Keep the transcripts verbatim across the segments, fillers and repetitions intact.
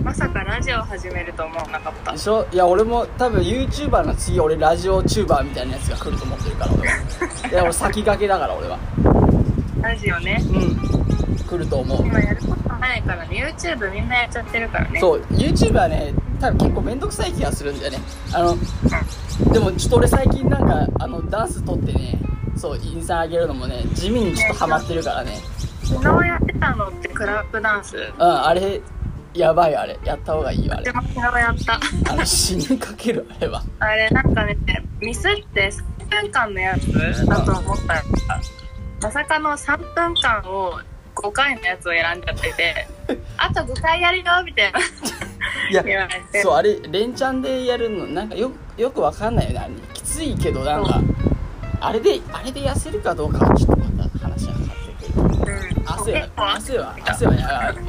まさかラジオ始めると思わなかったでしょ。いや俺も多分 YouTuber の次俺ラジオチューバーみたいなやつが来ると思ってるから俺はいや俺先駆けだから俺はラジオね。 うん来ると思う。 今やることないからね。 YouTube みんなやっちゃってるからね。 そう YouTuber ね多分結構めんどくさい気がするんだよね。あのでもちょっと俺最近なんかあのダンス撮ってねそうインスタ上げるのもね地味にちょっとハマってるからね。 昨日やってたのってクラップダンス。 うんあれやばいあれやった方がいいよあれ。 私も昨日やったあの死にかけるあれはあれなんかねミスってさんぷんかんのやつだと思ったらまさかのさんぷんかんをごかいのやつを選んじゃっててあとごかいやるよみたいないや言われてそうあれ連チャンでやるのなんかよよくわかんないよね。あれきついけどなんかあれであれで痩せるかどうかはちょっとまた話が変わってくる。 うん、 汗は結構汗は汗はやばい。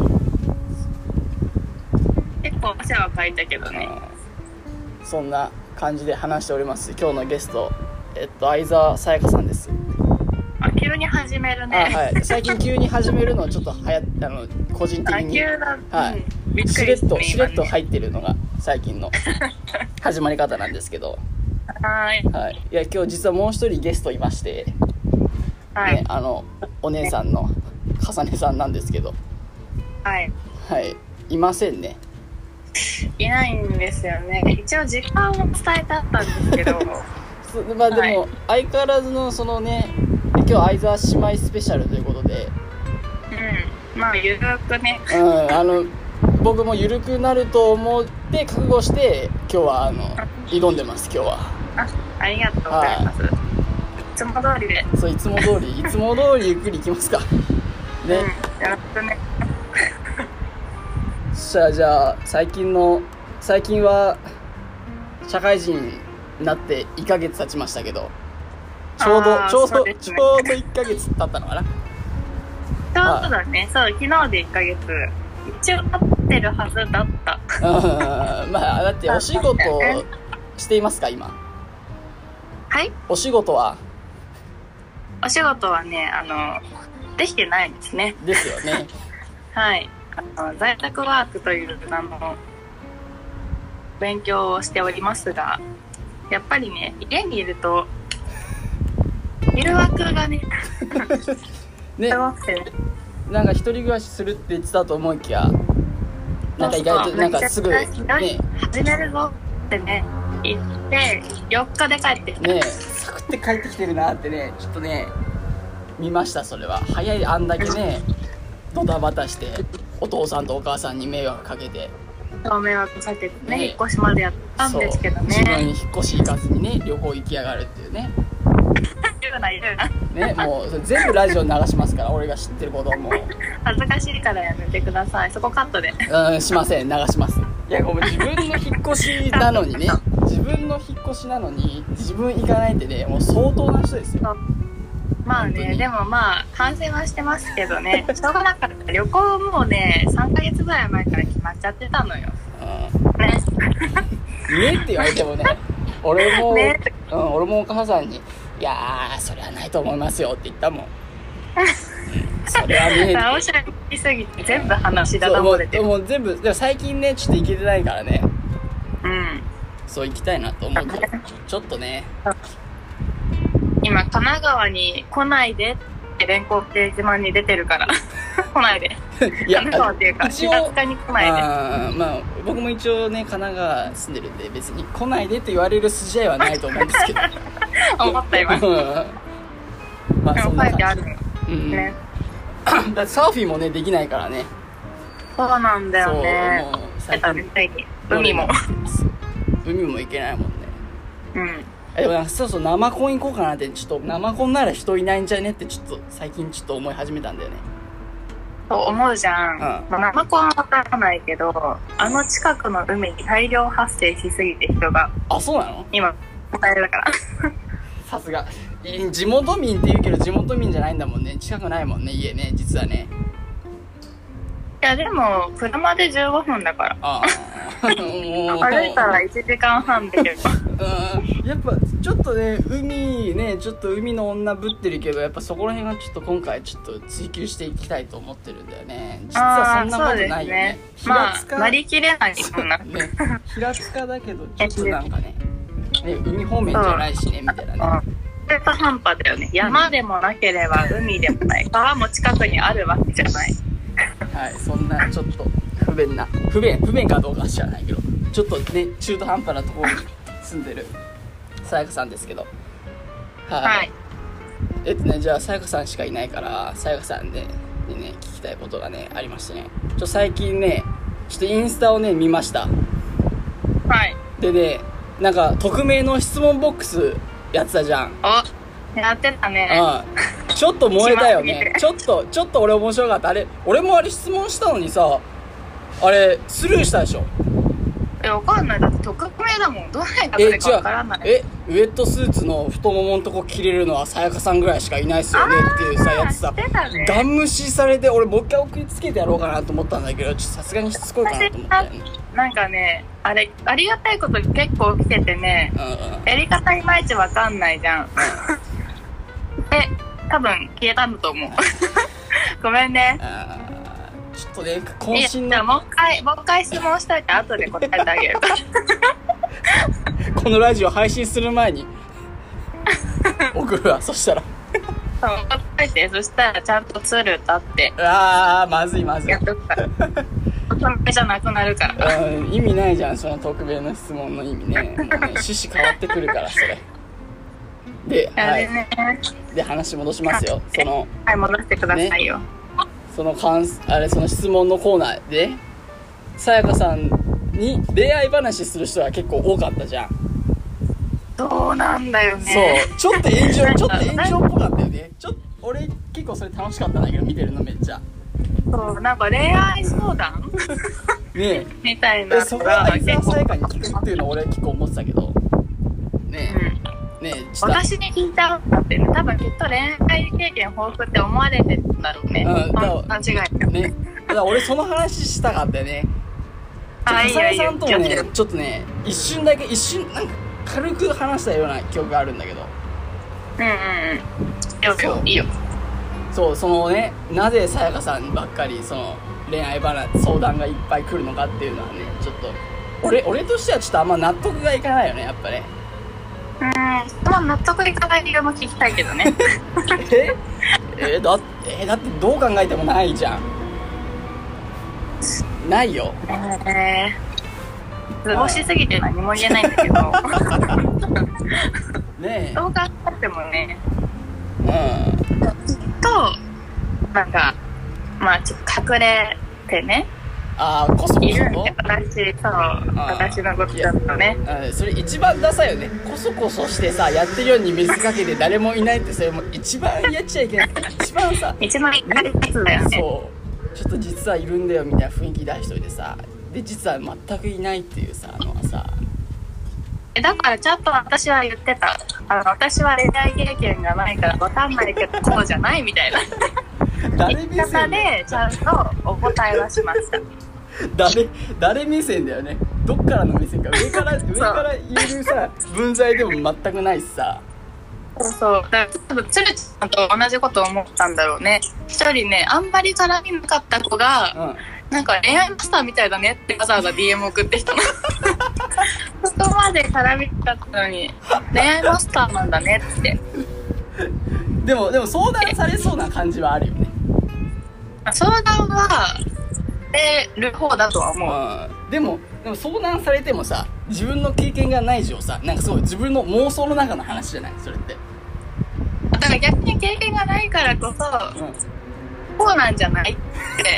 結構汗はかいたけどね。 そんな感じで話しております。今日のゲストえっと相沢さやかさんです。 あ急に始めるね。 あはい最近急に始めるのちょっとはやあの個人的あに急だ、 はい、 うん、びっくりしれっとねしれっと今ね入ってるのが最近の始まり方なんですけどはい、 はい、いや今日実はもう一人ゲストいまして、 はいね、あのお姉さんのかさねさんなんですけどはいはいいませんね。 いないんですよね。一応時間を伝えてあったんですけどそまあでも、 はい、 相変わらずのそのね今日相沢姉妹スペシャルということでうんまあゆるくねうんあの僕も緩くなると思って覚悟して今日はあの挑んでます今日は。 あありがとうございます、はい、いつも通りでそういつも通りいつも通りゆっくり行きますかね、 うん、よろしくね。 そしたらじゃあ最近の最近は社会人になっていっかげつ経ちましたけどちょうどちょうど、ね、ちょうどいっかげつ経ったのかな。 ちょうどだね、そう昨日でいっかげつ一応経ってるはずだったうんまあだってお仕事していますか今。 はいお仕事はお仕事はねあのできてないですね。 ですよねはいあの在宅ワークという名の勉強をしておりますがやっぱりね家にいると昼枠がねね多くてねなんか一人暮らしするって言ってたと思いきやなんか意外となんかすぐね始めるぞってね言ってよっかで帰ってきたねサクって帰ってきてるなってねちょっとね見ました。それは早いあんだけねドタバタしてお父さんとお母さんに迷惑かけて迷惑かけてね、 ね引っ越しまでやったんですけどね。 自分に引っ越し行かずにね旅行行きやがるっていうね言うな言うなねもう全部ラジオに流しますから俺が知ってることも恥ずかしいからやめてください。そこカットでうんしません流します。いやごめん自分の引っ越しなのにね自分の引っ越しなのに自分行かないってねもう相当な人ですよ。 まあねでもまあ反省はしてますけどねしょうがなかった。旅行もねさんかげつぐらい前から決まっちゃってたのよ、うん、ねねって言われてもね俺も、 ねうん、俺もお母さんにいやーそれはないと思いますよって言ったもんそれはね面白いすぎて全部話だだ漏れてる。 もう全部でも最近ねちょっと行けてないからねうんそう行きたいなと思うけどちょっとね今神奈川に来ないでって連行掲示板に出てるから来ないでいや神奈川っていうか一応平塚に来ないで。 あまあ僕も一応ね神奈川住んでるんで別に来ないでって言われる筋合いはないと思うんですけど思った今まあそんな書いてある感じ、うんねだってサーフィンもねできないからね。 そうなんだよね。 そうもう最近海も海も行けないもんね。 うんでもなんかそうそう生コン行こうかなってちょっと生コンなら人いないんじゃねってちょっと最近ちょっと思い始めたんだよね。 そう思うじゃん、 うんまあ、生コンは分からないけどあの近くの海に大量発生しすぎて人があそうなの今大変だからさすが地元民って言うけど地元民じゃないんだもんね。近くないもんね家ね実はね。 いやでも車でじゅうごふんだからああ歩いたらいちじかんはんできるうんいやっぱちょっとね海ねちょっと海の女ぶってるけどやっぱそこら辺がちょっと今回ちょっと追求していきたいと思ってるんだよね。実はそんなことないよね。 平塚、まあ、なりきれないもんな、 ね、平塚だけどちょっとなんかねね海方面じゃないしねみたいなね。 中途半端だよね。山でもなければ海でもない川も近くにあるわけじゃない。 はい、そんなちょっと不便な不便不便かどうかは知らないけどちょっとね中途半端なところに住んでるさやかさんですけど、はい、はい、えっとねじゃあさやかさんしかいないからさやかさんで、ね、にね聞きたいことがねありましてね、ちょ最近ねちょっとインスタをね見ました。 はい。 でねなんか匿名の質問ボックスやってたじゃん。 あ、やってたね。 うん。ちょっと燃えたよね。ちょっとちょっと俺面白かった。あれ俺もあれ質問したのにさあれスルーしたでしょ。 え、わかんない。だって匿名だもん。どないか誰かわからない。 え、ウェットスーツの太もものとこ着れるのはさやかさんぐらいしかいないっすよねっていうさやつさ、 ね、 ガン無視されて俺もう一回送りつけてやろうかなと思ったんだけどさすがにしつこいかなと思ったよね。 なんかねあれありがたいこと結構来ててね、うんうん、やり方いまいちわかんないじゃん。え、多分消えたんだと思う。ごめんね。 ちょっとね渾身のじゃあもう一回もう一回質問しといて後で答えてあげる。 このラジオ配信する前に送るわ。そしたらそう答えて、そしたらちゃんとツル立ってあーまずいまずいやっとくから匿名じゃなくなるから。 意味ないじゃんその匿名の質問の意味ね。もうね趣旨変わってくるからそれで、はい、ね、で話戻しますよ。そのはい戻してくださいよ、ね、 そのかんあれその質問のコーナーでさやかさんに恋愛話する人が結構多かったじゃん。 そうなんだよね。 そうちょっと炎上ちょっと炎上っぽかったよね。ちょっと俺結構それ楽しかったんだけど見てるのめっちゃ。 そうなんか恋愛相談ねみたいなそこは相沢さやかに聞くっていうのを俺結構思ってたけどねえ、うん、ねえ私に聞いたんだってね。多分きっと恋愛経験豊富って思われてるんだろうね。うん、だ間違いないね。だから俺その話したかったよね。かさやさんともねちょっとね一瞬だけ一瞬なんか軽く話したような記憶があるんだけど。 うんうんうん。いいよ。 そうそのねなぜさやかさんばっかりその恋愛話相談がいっぱい来るのかっていうのはねちょっと俺俺としてはちょっとあんま納得がいかないよねやっぱね。 うーんまあ納得いかない理由も聞きたいけどね。 ええだえだってどう考えてもないじゃん。ないよ。 えー、図星すぎて何も言えないんだけど。 ねえ。 どう考えてもね。 うん。 となんかまあちょっと隠れてね。 ああこそこそいるんで私そう私のことだとね。 それ一番ダサいよね。こそこそしてさやってるように見せかけて誰もいないってそれも一番やっちゃいけない。一番さ一番いかれるやつだよね。 そうちょっと実はいるんだよみたいな雰囲気出しといてさで実は全くいないっていうさのはさだからちょっと私は言ってた。あの私は恋愛経験がないから分かんないけどこうじゃないみたいな誰言い方でちゃんとお答えはしました。 誰誰目線だよね。どっからの目線か上から上から言えるさ文在でも全くないしさ。 そうそうだから多分つるちゃんと同じこと思ったんだろうね。一人ねあんまり絡みなかった子が、うん、なんか恋愛マスターみたいだねってわざわざ ディーエム 送ってきたの。そこまで絡みなかったのに恋愛マスターなんだねって。 でもでも相談されそうな感じはあるよね。 相談はれる方だとは思う、うん、でもでも相談されてもさ自分の経験がない以上さなんかすごい自分の妄想の中の話じゃないそれって。 だから逆に経験がないからこそ、うん、こうなんじゃないって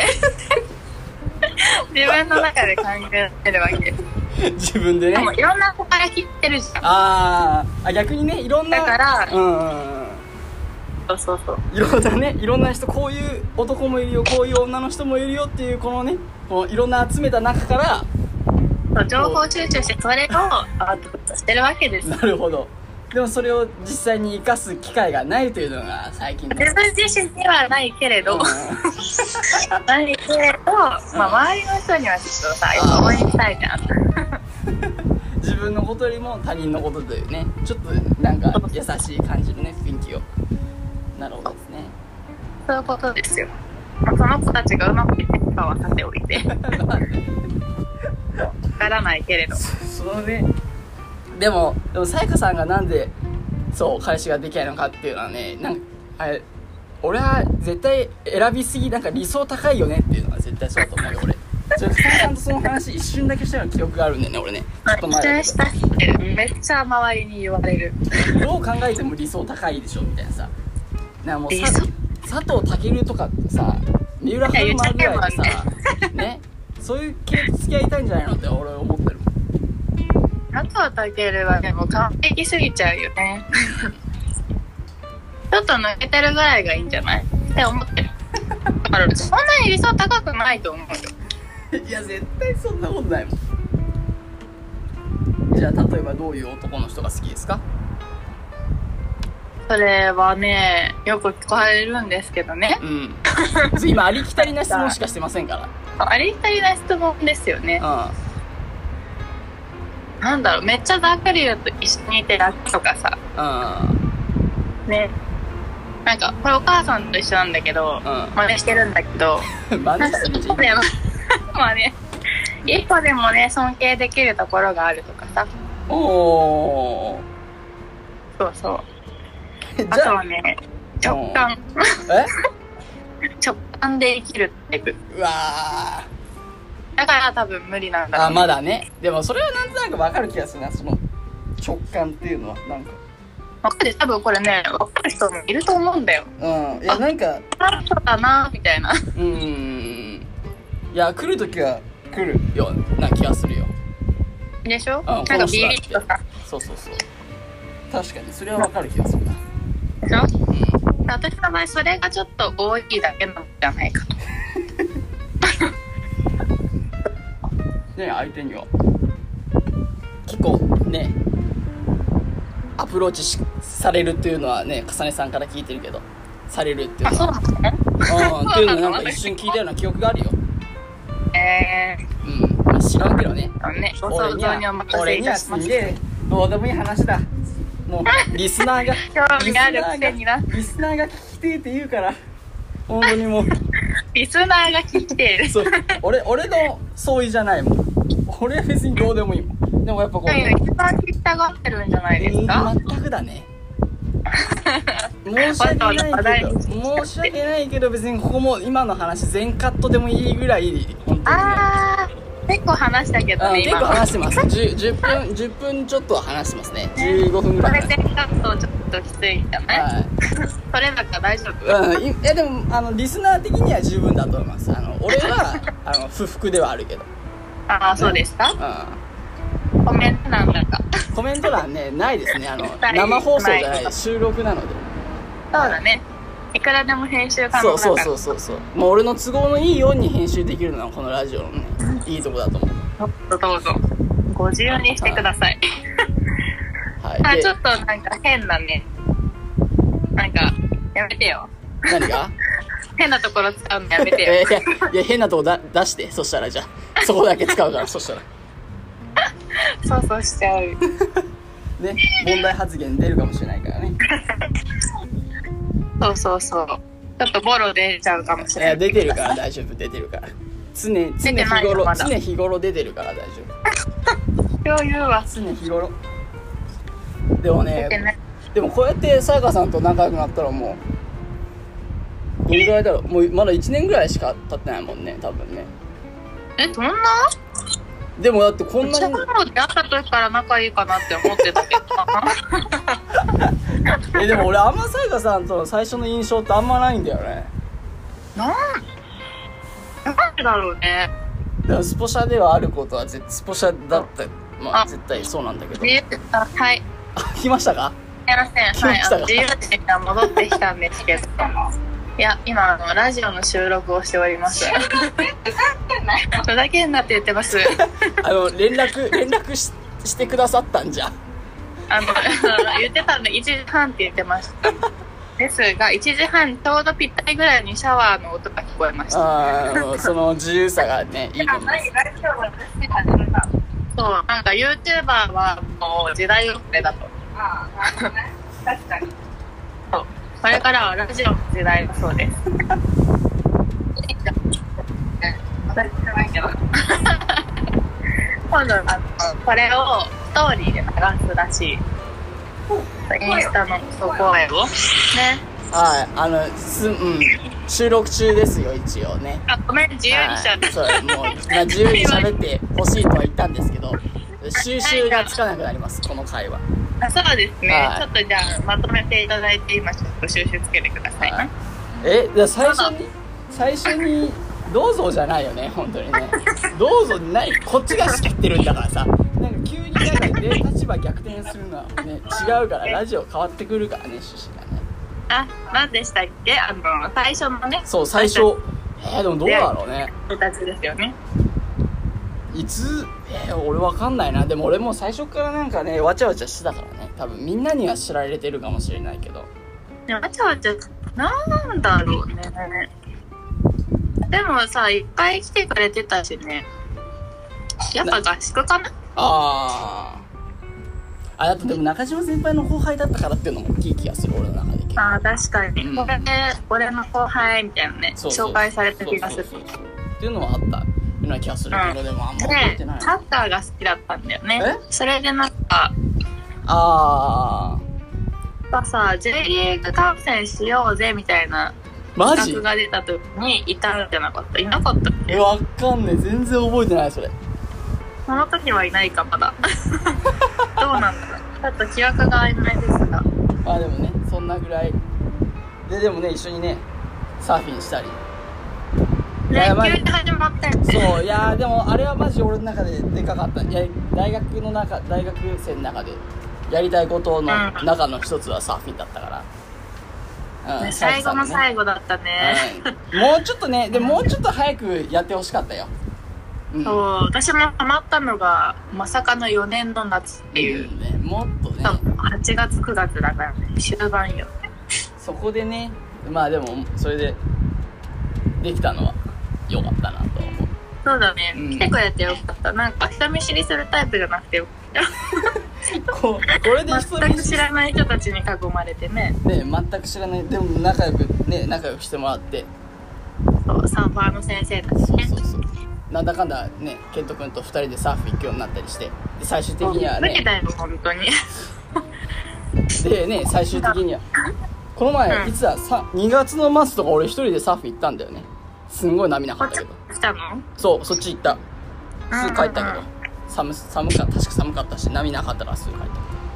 自分の中で考えてるわけ。 自分でね。 でもいろんな子から聞いてるじゃん。 ああ逆にねいろんなだからうんうんうんそうそうそういろんなねいろんな人こういう男もいるよこういう女の人もいるよっていうこのねこのいろんな集めた中からそう情報収集してそれをアウトプットしてるわけです。 なるほど。でもそれを実際に生かす機会がないというのが最近の自分自身にはないけれど、うん、ないけれど、まあ、周りの人にはちょっとさ応援したいじゃん。 自分分のことよりも他人のことというね、ちょっとなんか優しい感じのね雰囲気を。なるほどですね。 そういうことですよ。まあ、その子たちがうまくいってるかはさておいてわからないけれど、 そのね、でもでもさやかさんがなんでそう彼氏ができないのかっていうのはね、なんかあれ俺は絶対選びすぎ、なんか理想高いよねっていうのは絶対そうだと思うよ俺。ちょっとさんとその話一瞬だけしたような記憶があるんだよね俺ね。ちょっと前だけどめっちゃ周りに言われる。 どう考えても理想高いでしょみたいなさ。なんかもうさ佐藤健とかさ、三浦春馬ぐらいでさ、ね、そういう系と付き合いたいんじゃないのって俺思ってるもん。 佐藤健はでも完璧すぎちゃうよねちょっと抜けてるぐらいがいいんじゃないって思ってる。だからそんなに理想高くないと思うよ。 いや絶対そんなことないもん。じゃあ例えばどういう男の人が好きですか？ それはね、よく聞かれるんですけどね。 うん。今ありきたりな質問しかしてませんから。 ありきたりな質問ですよね。 うん。 なんだろう、めっちゃざっくり言うと一緒にいて楽とかさ。 うん。 ね。なんかこれお母さんと一緒なんだけど、 うん、 真似してるんだけど、 真似してるんじゃん。 まあね、一個でもね尊敬できるところがあるとかさ。 おー。 そうそう。あとはね、直感。 え？ 直感で生きるタイプ。 うわー。だから多分無理なんだろう、 ね。あ、まだね。でもそれはなんとなく分かる気がするな、その直感っていうのはなんか。 分かる、多分これね、分かる人もいると思うんだよ。 うん。いやなんか。 そうだなみたいな。 うーん。いや来るときは来るような気がするよ。 でしょ？ うん、 なんかビリッとさ。 そうそうそう。確かにそれは分かる気がするな。 でしょ？うん。私の場合それがちょっと多いだけなんじゃないかと。 ね、相手には結構ねアプローチしされるっていうのはね、かさねさんから聞いてるけど、されるっていうのは。 あ、そうなのね。 うん、っていうのなんか一瞬聞いたような記憶があるよ。 えー、うん、まあ、知らんけどね。 ね、ご想像にお任せ俺にはいたします。 すんげえどうでもいい話だ。もうリスナーが興味があるくせにな。 リスナーが聞きてえって言うから本当にもうリスナーが聞きてる。 そう、俺俺の相違じゃないもん。俺は別にどうでもいいもん。でもやっぱこう、ね、 一番聞きたがってるんじゃないですか？ 全くだね。申し訳ないけど申し訳ないけど別にここも今の話全カットでもいいぐらい本当に、ね、 あー結構話したけどね。 結構話してます。じゅっぷんじゅっぷんちょっとは話してますね。じゅうごふんぐらい。 これ全カットちょっときついじゃない？はい。それだから大丈夫？ うん、いやでもあのリスナー的には十分だと思います。あの俺はあの不服ではあるけど。 ああ、そうですか？ うん。 コメント欄なんか。 コメント欄ねないですね。あの生放送じゃない収録なので。 そうだね。いくらでも編集可能だから。 そうそうそうそうそう。もう俺の都合のいいように編集できるのはこのラジオのねいいとこだと思う。 どうぞどうぞ。ご自由にしてください。 はい。 あ、ちょっとなんか変なね。なんかやめてよ。 何が？ 変なところ使うのやめてよ。 いやいや変なとこだ出して。そしたらじゃあそこだけ使うからそしたら。 そうそうしちゃう。 ね、問題発言出るかもしれないからね。 そうそうそう。ちょっとボロ出ちゃうかもしれない。 いや出てるから大丈夫、出てるから。常常日頃常日頃出てるから大丈夫。そういうわ。 常日頃。でもね、でもこうやってさやかさんと仲良くなったらもうどれぐらいだろう。もうまだいちねんぐらいしか経ってないもんね、多分ね。 え、そんな？ でもだってこんなに。 うちの頃出会った時から仲いいかなって思ってたけどえ、でも俺あんまさやかさんとの最初の印象ってあんまないんだよね。 なんなんでだろうね。 でもスポシャではあることは絶スポシャだったまあ絶対そうなんだけど。 あ、はい。 あ、来ましたか？ すいません、はい、あの自由人が戻ってきたんですけどいや、今あのラジオの収録をしております。ふざけんなって言ってます。 あの連絡連絡 し, してくださったんじゃん。 あの言ってたんでいちじはんって言ってましたですが、いちじはんちょうどぴったりぐらいにシャワーの音が聞こえました。 ああ、その自由さがねいいと思います。 そう、なんか YouTuber はもう時代遅れだと。ああ、確かに。そう。これからはラジオの時代だそうです。私じゃないけど。今度あのこれをストーリーで流すらしい。インスタのそこへをね。 はい、あのすうん収録中ですよ一応ね。 あ、ごめん自由にしちゃった。 そうもう、まあ、自由に喋ってほしいとは言ったんですけど、収集がつかなくなりますこの回は。 あ、そうですね。 はい、 ちょっとじゃあまとめていただいて今ちょっと収集つけてくださいね。はい、 え、じゃあ最初に最初にどうぞじゃないよね本当にね。どうぞないこっちが仕切ってるんだからさ。なんか急になんかね立場逆転するのはね違うからラジオ変わってくるからね趣旨がね。 あ、何でしたっけあの最初のね。 そう最初えー、でもどうだろうね。 形ですよね。 いつえー、俺わかんないな。でも俺も最初からなんかねわちゃわちゃしてたからね。多分みんなには知られてるかもしれないけど。 わちゃわちゃなんだろうね。でもさいっぱい来てくれてたしね。やっぱ合宿かな。 ああ。あ、だってでも中島先輩の後輩だったからっていうのも大きい気がする俺の中で。 ああ確かに、うん、これで俺の後輩みたいなねそうそう紹介された気がする。 そうそうそうそうっていうのはあったような気がするけど、うん、でもあんま覚えてない。 サッカーが好きだったんだよね。それでなんかああさ J リーグ観戦しようぜみたいな企画が出た時にいたんじゃなかったいなかったっけ。 わかんねえ全然覚えてないそれ。 その時はいないかまだ。どうなんだろうちょっと記憶が曖昧ですが。 まあでもねそんなぐらいででもね一緒にねサーフィンしたりね急に始まったよね。 そういやでもあれはマジ俺の中ででかかった。いや大学の中大学生の中でやりたいことの中の一つはサーフィンだったから、 うんね、最後の最後だったね、 うん、もうちょっとねでももうちょっと早くやってほしかったよ。 うん、そう私もハマったのがまさかのよねんの夏っていう、 うんね、もっとねはちがつくがつだからね終盤よ。 そこでねまあでもそれでできたのは良かったなと思う。 そうだね、うん、来てくれてよかった。なんか人見知りするタイプじゃなくてよかったこ, これで人見知り全く知らない人たちに囲まれてねね全く知らないでも仲良くね仲良くしてもらってそうサーファーの先生たちねそうそうそうなんだかんだねケント君とふたりでサーフ行くようになったりしてで最終的にはね無理だよ本当にでね最終的にはこの前、うん、いつだにがつの末とか俺一人でサーフ行ったんだよね。すんごい波なかったけど来たのそうそっち行ったすぐ帰ったけど、うんうんうん、寒, 寒かった確か寒かったし波なかったからすぐ帰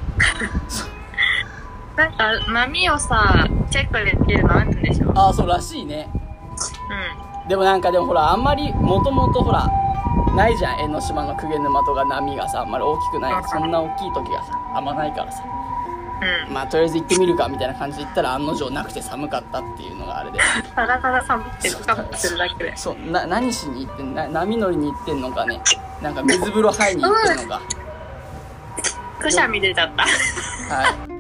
ったなんか波をさチェックできるのあるんでしょ。 ああそうらしいね。 うんでもなんかでもほらあんまりもともとほらないじゃん江ノ島の鵠沼とか波がさあんまり大きくない、うん、そんな大きい時がさあんまないからさ、うん、まあとりあえず行ってみるかみたいな感じで行ったら案の定なくて寒かったっていうのがあれでただただ寒くてスカッとするだけでそうな何しに行ってんな波乗りに行ってんのかねなんか水風呂入りに行ってんのかくしゃみ出ちゃったはい